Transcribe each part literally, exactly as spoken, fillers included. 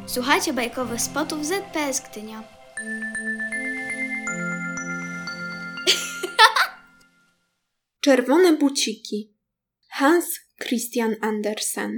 Słuchajcie bajkowych spotów Z P S Gdynia. Czerwone buciki. Hans Christian Andersen.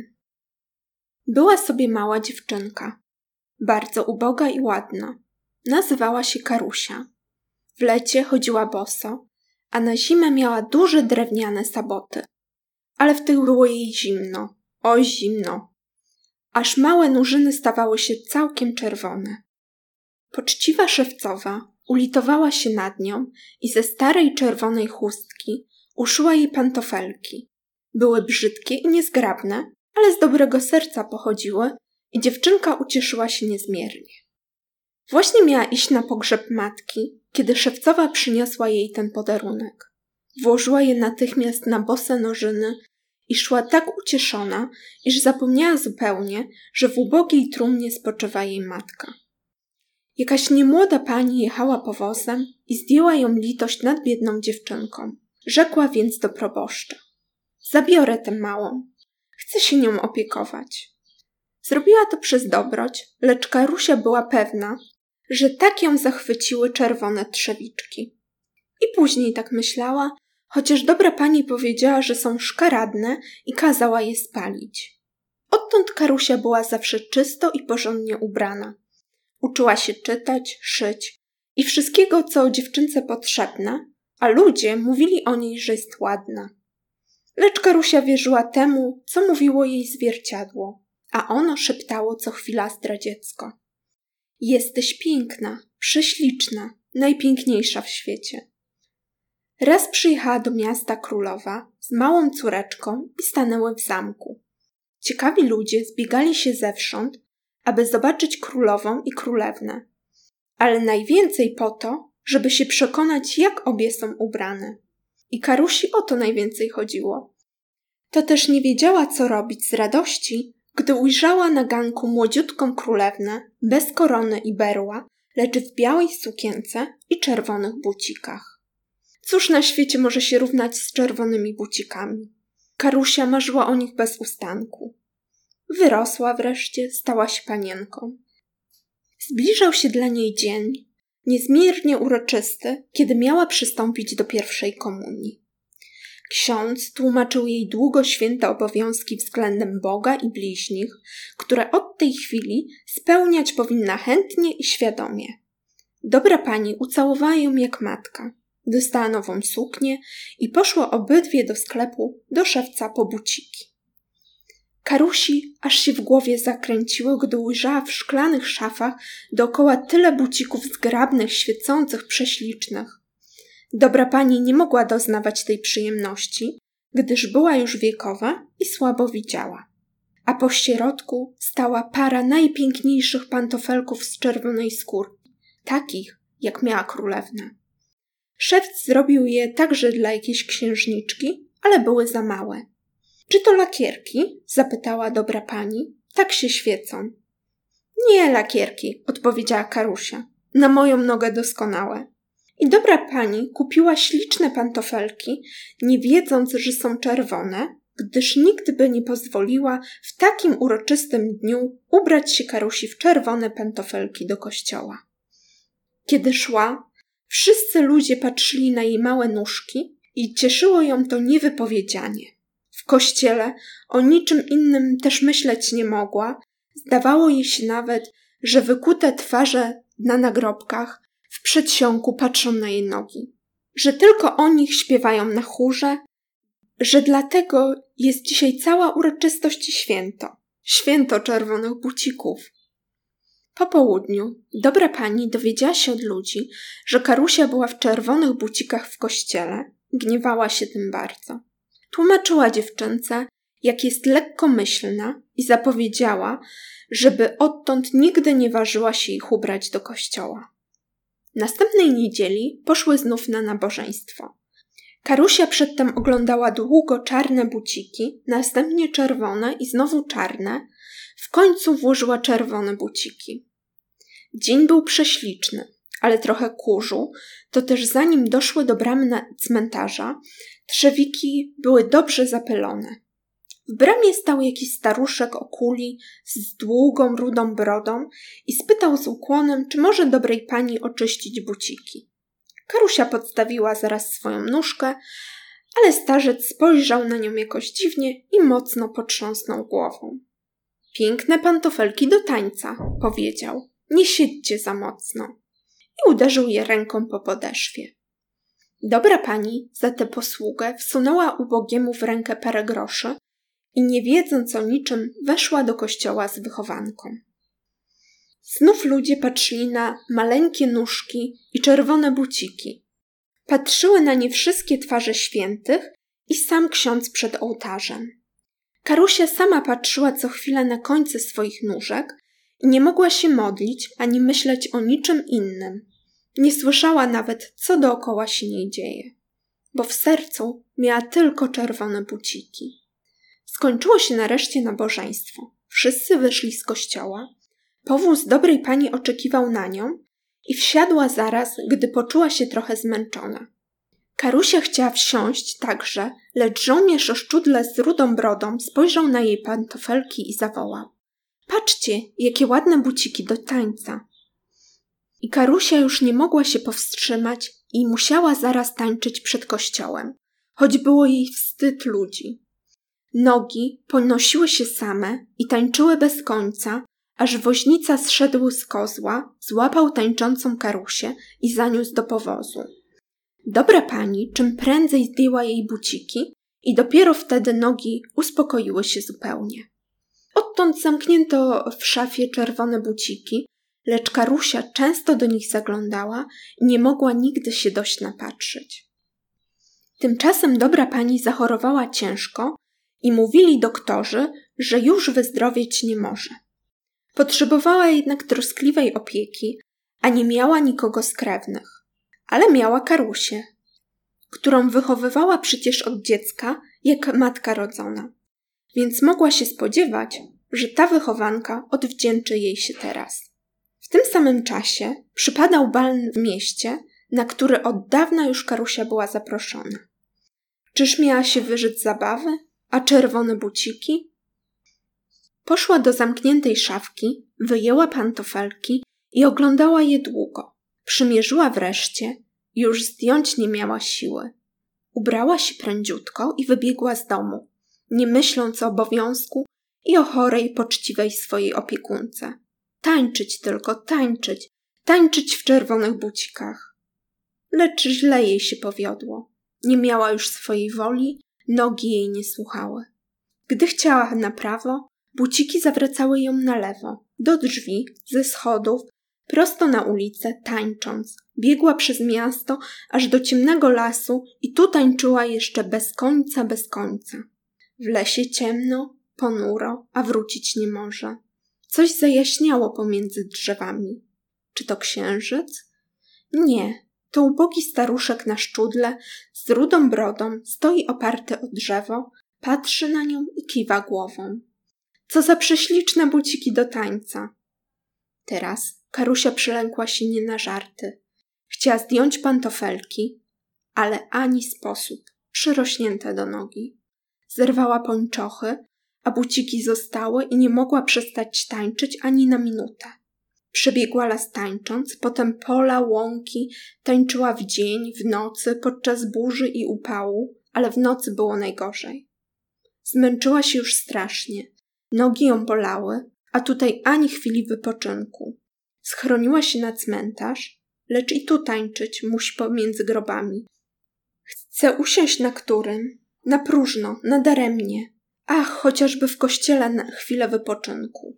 Była sobie mała dziewczynka, bardzo uboga i ładna. Nazywała się Karusia. W lecie chodziła boso, a na zimę miała duże drewniane saboty. Ale w tych było jej zimno, oj zimno, aż małe nurzyny stawały się całkiem czerwone. Poczciwa szewcowa ulitowała się nad nią i ze starej czerwonej chustki uszyła jej pantofelki. Były brzydkie i niezgrabne, ale z dobrego serca pochodziły i dziewczynka ucieszyła się niezmiernie. Właśnie miała iść na pogrzeb matki, kiedy szewcowa przyniosła jej ten podarunek. Włożyła je natychmiast na bose nożyny i szła tak ucieszona, iż zapomniała zupełnie, że w ubogiej trumnie spoczywa jej matka. Jakaś niemłoda pani jechała powozem i zdjęła ją litość nad biedną dziewczynką. Rzekła więc do proboszcza: zabiorę tę małą, chcę się nią opiekować. Zrobiła to przez dobroć, lecz Karusia była pewna, że tak ją zachwyciły czerwone trzewiczki. I później tak myślała, chociaż dobra pani powiedziała, że są szkaradne i kazała je spalić. Odtąd Karusia była zawsze czysto i porządnie ubrana. Uczyła się czytać, szyć i wszystkiego, co dziewczynce potrzebne, a ludzie mówili o niej, że jest ładna. Lecz Karusia wierzyła temu, co mówiło jej zwierciadło, a ono szeptało co chwila zdradziecko: jesteś piękna, prześliczna, najpiękniejsza w świecie. Raz przyjechała do miasta królowa z małą córeczką i stanęły w zamku. Ciekawi ludzie zbiegali się zewsząd, aby zobaczyć królową i królewnę, ale najwięcej po to, żeby się przekonać, jak obie są ubrane. I Karusi o to najwięcej chodziło. To też nie wiedziała, co robić z radości, gdy ujrzała na ganku młodziutką królewnę, bez korony i berła, lecz w białej sukience i czerwonych bucikach. Cóż na świecie może się równać z czerwonymi bucikami? Karusia marzyła o nich bez ustanku. Wyrosła wreszcie, stała się panienką. Zbliżał się dla niej dzień, niezmiernie uroczysty, kiedy miała przystąpić do pierwszej komunii. Ksiądz tłumaczył jej długo święte obowiązki względem Boga i bliźnich, które od tej chwili spełniać powinna chętnie i świadomie. Dobra pani ucałowała ją jak matka. Dostała nową suknię i poszło obydwie do sklepu do szewca po buciki. Karusi aż się w głowie zakręciło, gdy ujrzała w szklanych szafach dookoła tyle bucików zgrabnych, świecących, prześlicznych. Dobra pani nie mogła doznawać tej przyjemności, gdyż była już wiekowa i słabo widziała. A po środku stała para najpiękniejszych pantofelków z czerwonej skórki, takich jak miała królewna. Szewc zrobił je także dla jakiejś księżniczki, ale były za małe. Czy to lakierki? Zapytała dobra pani. Tak się świecą. Nie lakierki, odpowiedziała Karusia. Na moją nogę doskonałe. I dobra pani kupiła śliczne pantofelki, nie wiedząc, że są czerwone, gdyż nigdy by nie pozwoliła w takim uroczystym dniu ubrać się Karusi w czerwone pantofelki do kościoła. Kiedy szła, wszyscy ludzie patrzyli na jej małe nóżki i cieszyło ją to niewypowiedzianie. W kościele o niczym innym też myśleć nie mogła. Zdawało jej się nawet, że wykute twarze na nagrobkach w przedsionku patrzą na jej nogi, że tylko o nich śpiewają na chórze, że dlatego jest dzisiaj cała uroczystość i święto, święto czerwonych bucików. Po południu dobra pani dowiedziała się od ludzi, że Karusia była w czerwonych bucikach w kościele, gniewała się tym bardzo. Tłumaczyła dziewczynce, jak jest lekkomyślna i zapowiedziała, żeby odtąd nigdy nie ważyła się ich ubrać do kościoła. Następnej niedzieli poszły znów na nabożeństwo. Karusia przedtem oglądała długo czarne buciki, następnie czerwone i znowu czarne, w końcu włożyła czerwone buciki. Dzień był prześliczny, ale trochę kurzu, to też zanim doszły do bramy na cmentarza, trzewiki były dobrze zapylone. W bramie stał jakiś staruszek o kuli z długą, rudą brodą i spytał z ukłonem, czy może dobrej pani oczyścić buciki. Karusia podstawiła zaraz swoją nóżkę, ale starzec spojrzał na nią jakoś dziwnie i mocno potrząsnął głową. Piękne pantofelki do tańca, powiedział. Nie siedźcie za mocno. I uderzył je ręką po podeszwie. Dobra pani za tę posługę wsunęła ubogiemu w rękę parę groszy i nie wiedząc o niczym weszła do kościoła z wychowanką. Znów ludzie patrzyli na maleńkie nóżki i czerwone buciki. Patrzyły na nie wszystkie twarze świętych i sam ksiądz przed ołtarzem. Karusia sama patrzyła co chwilę na końce swoich nóżek i nie mogła się modlić ani myśleć o niczym innym. Nie słyszała nawet, co dookoła się jej dzieje, bo w sercu miała tylko czerwone buciki. Skończyło się nareszcie nabożeństwo. Wszyscy wyszli z kościoła. Powóz dobrej pani oczekiwał na nią i wsiadła zaraz, gdy poczuła się trochę zmęczona. Karusia chciała wsiąść także, lecz żołnierz o szczudle z rudą brodą spojrzał na jej pantofelki i zawołał. Patrzcie, jakie ładne buciki do tańca. I Karusia już nie mogła się powstrzymać i musiała zaraz tańczyć przed kościołem, choć było jej wstyd ludzi. Nogi ponosiły się same i tańczyły bez końca, aż woźnica zszedł z kozła, złapał tańczącą Karusię i zaniósł do powozu. Dobra pani czym prędzej zdjęła jej buciki i dopiero wtedy nogi uspokoiły się zupełnie. Odtąd zamknięto w szafie czerwone buciki, lecz Karusia często do nich zaglądała i nie mogła nigdy się dość napatrzyć. Tymczasem dobra pani zachorowała ciężko i mówili doktorzy, że już wyzdrowieć nie może. Potrzebowała jednak troskliwej opieki, a nie miała nikogo z krewnych. Ale miała Karusię, którą wychowywała przecież od dziecka jak matka rodzona, więc mogła się spodziewać, że ta wychowanka odwdzięczy jej się teraz. W tym samym czasie przypadał bal w mieście, na który od dawna już Karusia była zaproszona. Czyż miała się wyżyć zabawy, a czerwone buciki? Poszła do zamkniętej szafki, wyjęła pantofelki i oglądała je długo. Przymierzyła wreszcie, już zdjąć nie miała siły. Ubrała się prędziutko i wybiegła z domu, nie myśląc o obowiązku i o chorej, poczciwej swojej opiekunce. Tańczyć tylko, tańczyć, tańczyć w czerwonych bucikach. Lecz źle jej się powiodło. Nie miała już swojej woli, nogi jej nie słuchały. Gdy chciała na prawo, buciki zawracały ją na lewo, do drzwi, ze schodów, prosto na ulicę, tańcząc. Biegła przez miasto, aż do ciemnego lasu i tu tańczyła jeszcze bez końca, bez końca. W lesie ciemno, ponuro, a wrócić nie może. Coś zajaśniało pomiędzy drzewami. Czy to księżyc? Nie, to ubogi staruszek na szczudle, z rudą brodą, stoi oparty o drzewo, patrzy na nią i kiwa głową. Co za prześliczne buciki do tańca. Teraz Karusia przylękła się nie na żarty. Chciała zdjąć pantofelki, ale ani sposób, przyrośnięte do nogi. Zerwała pończochy, a buciki zostały i nie mogła przestać tańczyć ani na minutę. Przebiegła las tańcząc, potem pola, łąki, tańczyła w dzień, w nocy, podczas burzy i upału, ale w nocy było najgorzej. Zmęczyła się już strasznie, nogi ją bolały, a tutaj ani chwili wypoczynku. Schroniła się na cmentarz, lecz i tu tańczyć musi pomiędzy grobami. Chce usiąść na którym? Na próżno, nadaremnie. Ach, chociażby w kościele na chwilę wypoczynku.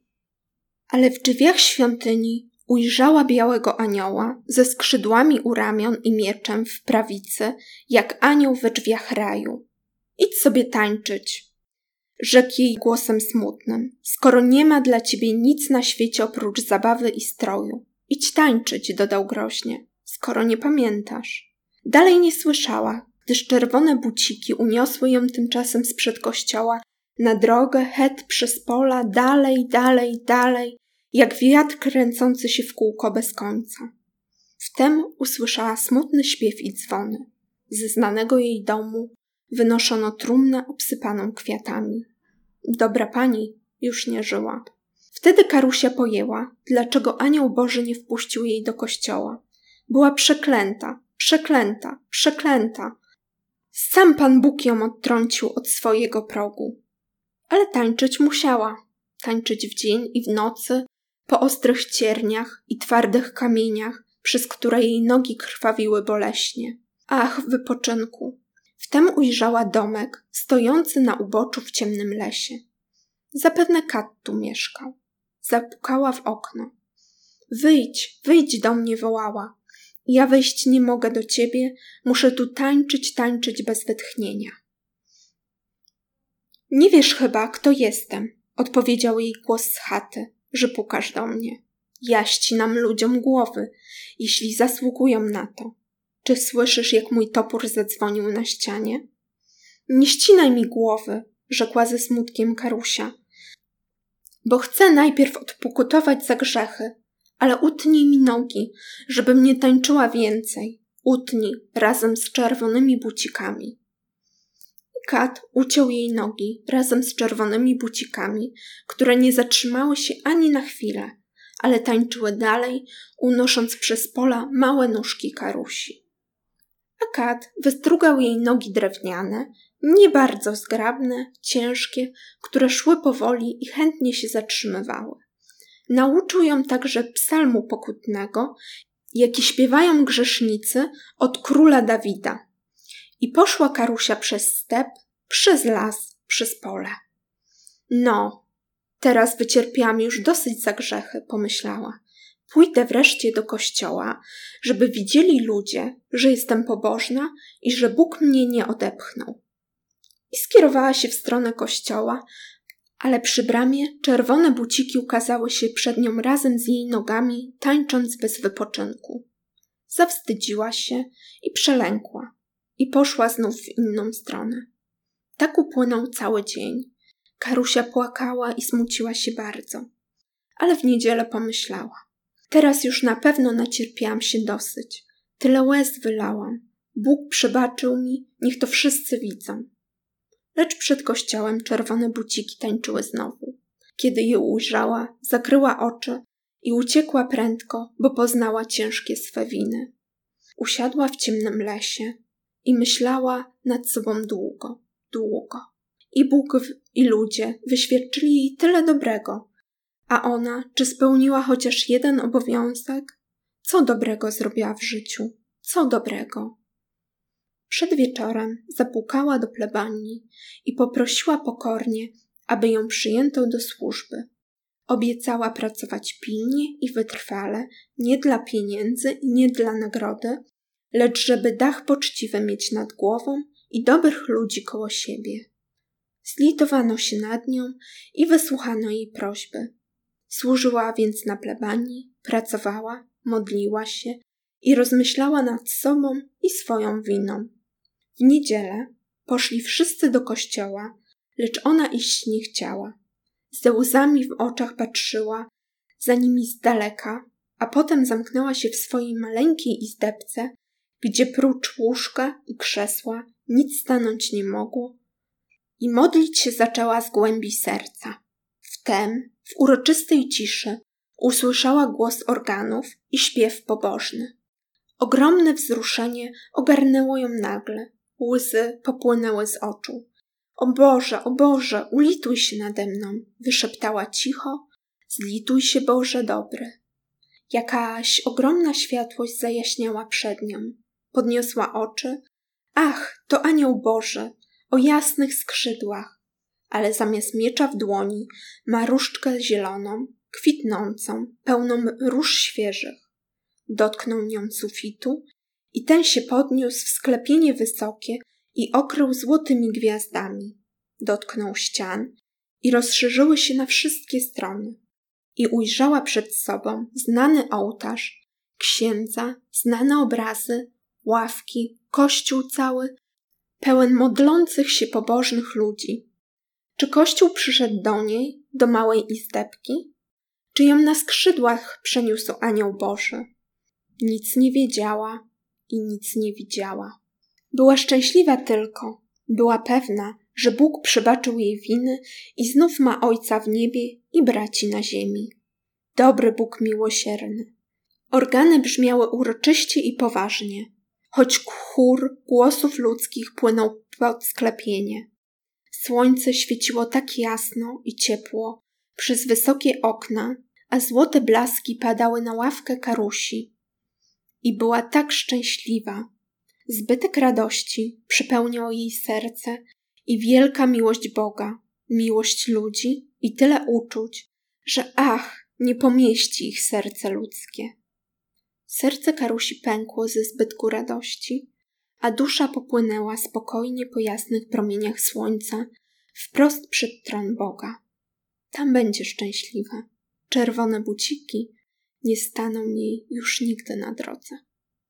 Ale w drzwiach świątyni ujrzała białego anioła ze skrzydłami u ramion i mieczem w prawicy, jak anioł we drzwiach raju. Idź sobie tańczyć, rzekł jej głosem smutnym, skoro nie ma dla ciebie nic na świecie oprócz zabawy i stroju. Idź tańczyć, dodał groźnie, skoro nie pamiętasz. Dalej nie słyszała, gdyż czerwone buciki uniosły ją tymczasem sprzed kościoła na drogę, het przez pola, dalej, dalej, dalej, jak wiatr kręcący się w kółko bez końca. Wtem usłyszała smutny śpiew i dzwony. Ze znanego jej domu wynoszono trumnę obsypaną kwiatami. Dobra pani już nie żyła. Wtedy Karusia pojęła, dlaczego anioł Boży nie wpuścił jej do kościoła. Była przeklęta, przeklęta, przeklęta. Sam Pan Bóg ją odtrącił od swojego progu. Ale tańczyć musiała. Tańczyć w dzień i w nocy, po ostrych cierniach i twardych kamieniach, przez które jej nogi krwawiły boleśnie. Ach, w wypoczynku! Wtem ujrzała domek, stojący na uboczu w ciemnym lesie. Zapewne kat tu mieszkał. Zapukała w okno. Wyjdź, wyjdź do mnie, wołała. Ja wejść nie mogę do ciebie, muszę tu tańczyć, tańczyć bez wytchnienia. Nie wiesz chyba, kto jestem, odpowiedział jej głos z chaty, że pukasz do mnie. Ja ścinam ludziom głowy, jeśli zasługują na to. Czy słyszysz, jak mój topór zadzwonił na ścianie? Nie ścinaj mi głowy, rzekła ze smutkiem Karusia, bo chcę najpierw odpokutować za grzechy, ale utnij mi nogi, żebym nie tańczyła więcej. Utnij razem z czerwonymi bucikami. I kat uciął jej nogi razem z czerwonymi bucikami, które nie zatrzymały się ani na chwilę, ale tańczyły dalej, unosząc przez pola małe nóżki Karusi. A kat wystrugał jej nogi drewniane, nie bardzo zgrabne, ciężkie, które szły powoli i chętnie się zatrzymywały. Nauczył ją także psalmu pokutnego, jaki śpiewają grzesznicy od króla Dawida. I poszła Karusia przez step, przez las, przez pole. No, teraz wycierpiałam już dosyć za grzechy, pomyślała. Pójdę wreszcie do kościoła, żeby widzieli ludzie, że jestem pobożna i że Bóg mnie nie odepchnął. I skierowała się w stronę kościoła, ale przy bramie czerwone buciki ukazały się przed nią razem z jej nogami, tańcząc bez wypoczynku. Zawstydziła się i przelękła i poszła znów w inną stronę. Tak upłynął cały dzień. Karusia płakała i smuciła się bardzo, ale w niedzielę pomyślała. Teraz już na pewno nacierpiałam się dosyć. Tyle łez wylałam. Bóg przebaczył mi, niech to wszyscy widzą. Lecz przed kościołem czerwone buciki tańczyły znowu. Kiedy je ujrzała, zakryła oczy i uciekła prędko, bo poznała ciężkie swe winy. Usiadła w ciemnym lesie i myślała nad sobą długo, długo. I Bóg i ludzie wyświadczyli jej tyle dobrego, a ona, czy spełniła chociaż jeden obowiązek? Co dobrego zrobiła w życiu? Co dobrego? Przed wieczorem zapukała do plebanii i poprosiła pokornie, aby ją przyjęto do służby. Obiecała pracować pilnie i wytrwale, nie dla pieniędzy i nie dla nagrody, lecz żeby dach poczciwy mieć nad głową i dobrych ludzi koło siebie. Zlitowano się nad nią i wysłuchano jej prośby. Służyła więc na plebanii, pracowała, modliła się i rozmyślała nad sobą i swoją winą. W niedzielę poszli wszyscy do kościoła, lecz ona iść nie chciała. Ze łzami w oczach patrzyła za nimi z daleka, a potem zamknęła się w swojej maleńkiej izdebce, gdzie prócz łóżka i krzesła nic stanąć nie mogło, i modlić się zaczęła z głębi serca. Wtem, w uroczystej ciszy, usłyszała głos organów i śpiew pobożny. Ogromne wzruszenie ogarnęło ją nagle. Łzy popłynęły z oczu. O Boże, o Boże, ulituj się nade mną, wyszeptała cicho. Zlituj się, Boże dobry. Jakaś ogromna światłość zajaśniała przed nią. Podniosła oczy. Ach, to anioł Boży, o jasnych skrzydłach. Ale zamiast miecza w dłoni ma różdżkę zieloną, kwitnącą, pełną róż świeżych. Dotknął nią sufitu i ten się podniósł w sklepienie wysokie i okrył złotymi gwiazdami. Dotknął ścian i rozszerzyły się na wszystkie strony. I ujrzała przed sobą znany ołtarz, księdza, znane obrazy, ławki, kościół cały, pełen modlących się pobożnych ludzi. Czy kościół przyszedł do niej, do małej izdebki? Czy ją na skrzydłach przeniósł anioł Boży? Nic nie wiedziała i nic nie widziała. Była szczęśliwa tylko, była pewna, że Bóg przebaczył jej winy i znów ma Ojca w niebie i braci na ziemi. Dobry Bóg miłosierny. Organy brzmiały uroczyście i poważnie, choć chór głosów ludzkich płynął pod sklepienie. Słońce świeciło tak jasno i ciepło przez wysokie okna, a złote blaski padały na ławkę Karusi. I była tak szczęśliwa. Zbytek radości przepełniał jej serce i wielka miłość Boga, miłość ludzi i tyle uczuć, że ach, nie pomieści ich serce ludzkie. Serce Karusi pękło ze zbytku radości, a dusza popłynęła spokojnie po jasnych promieniach słońca wprost przed tron Boga. Tam będzie szczęśliwa. Czerwone buciki nie staną jej już nigdy na drodze.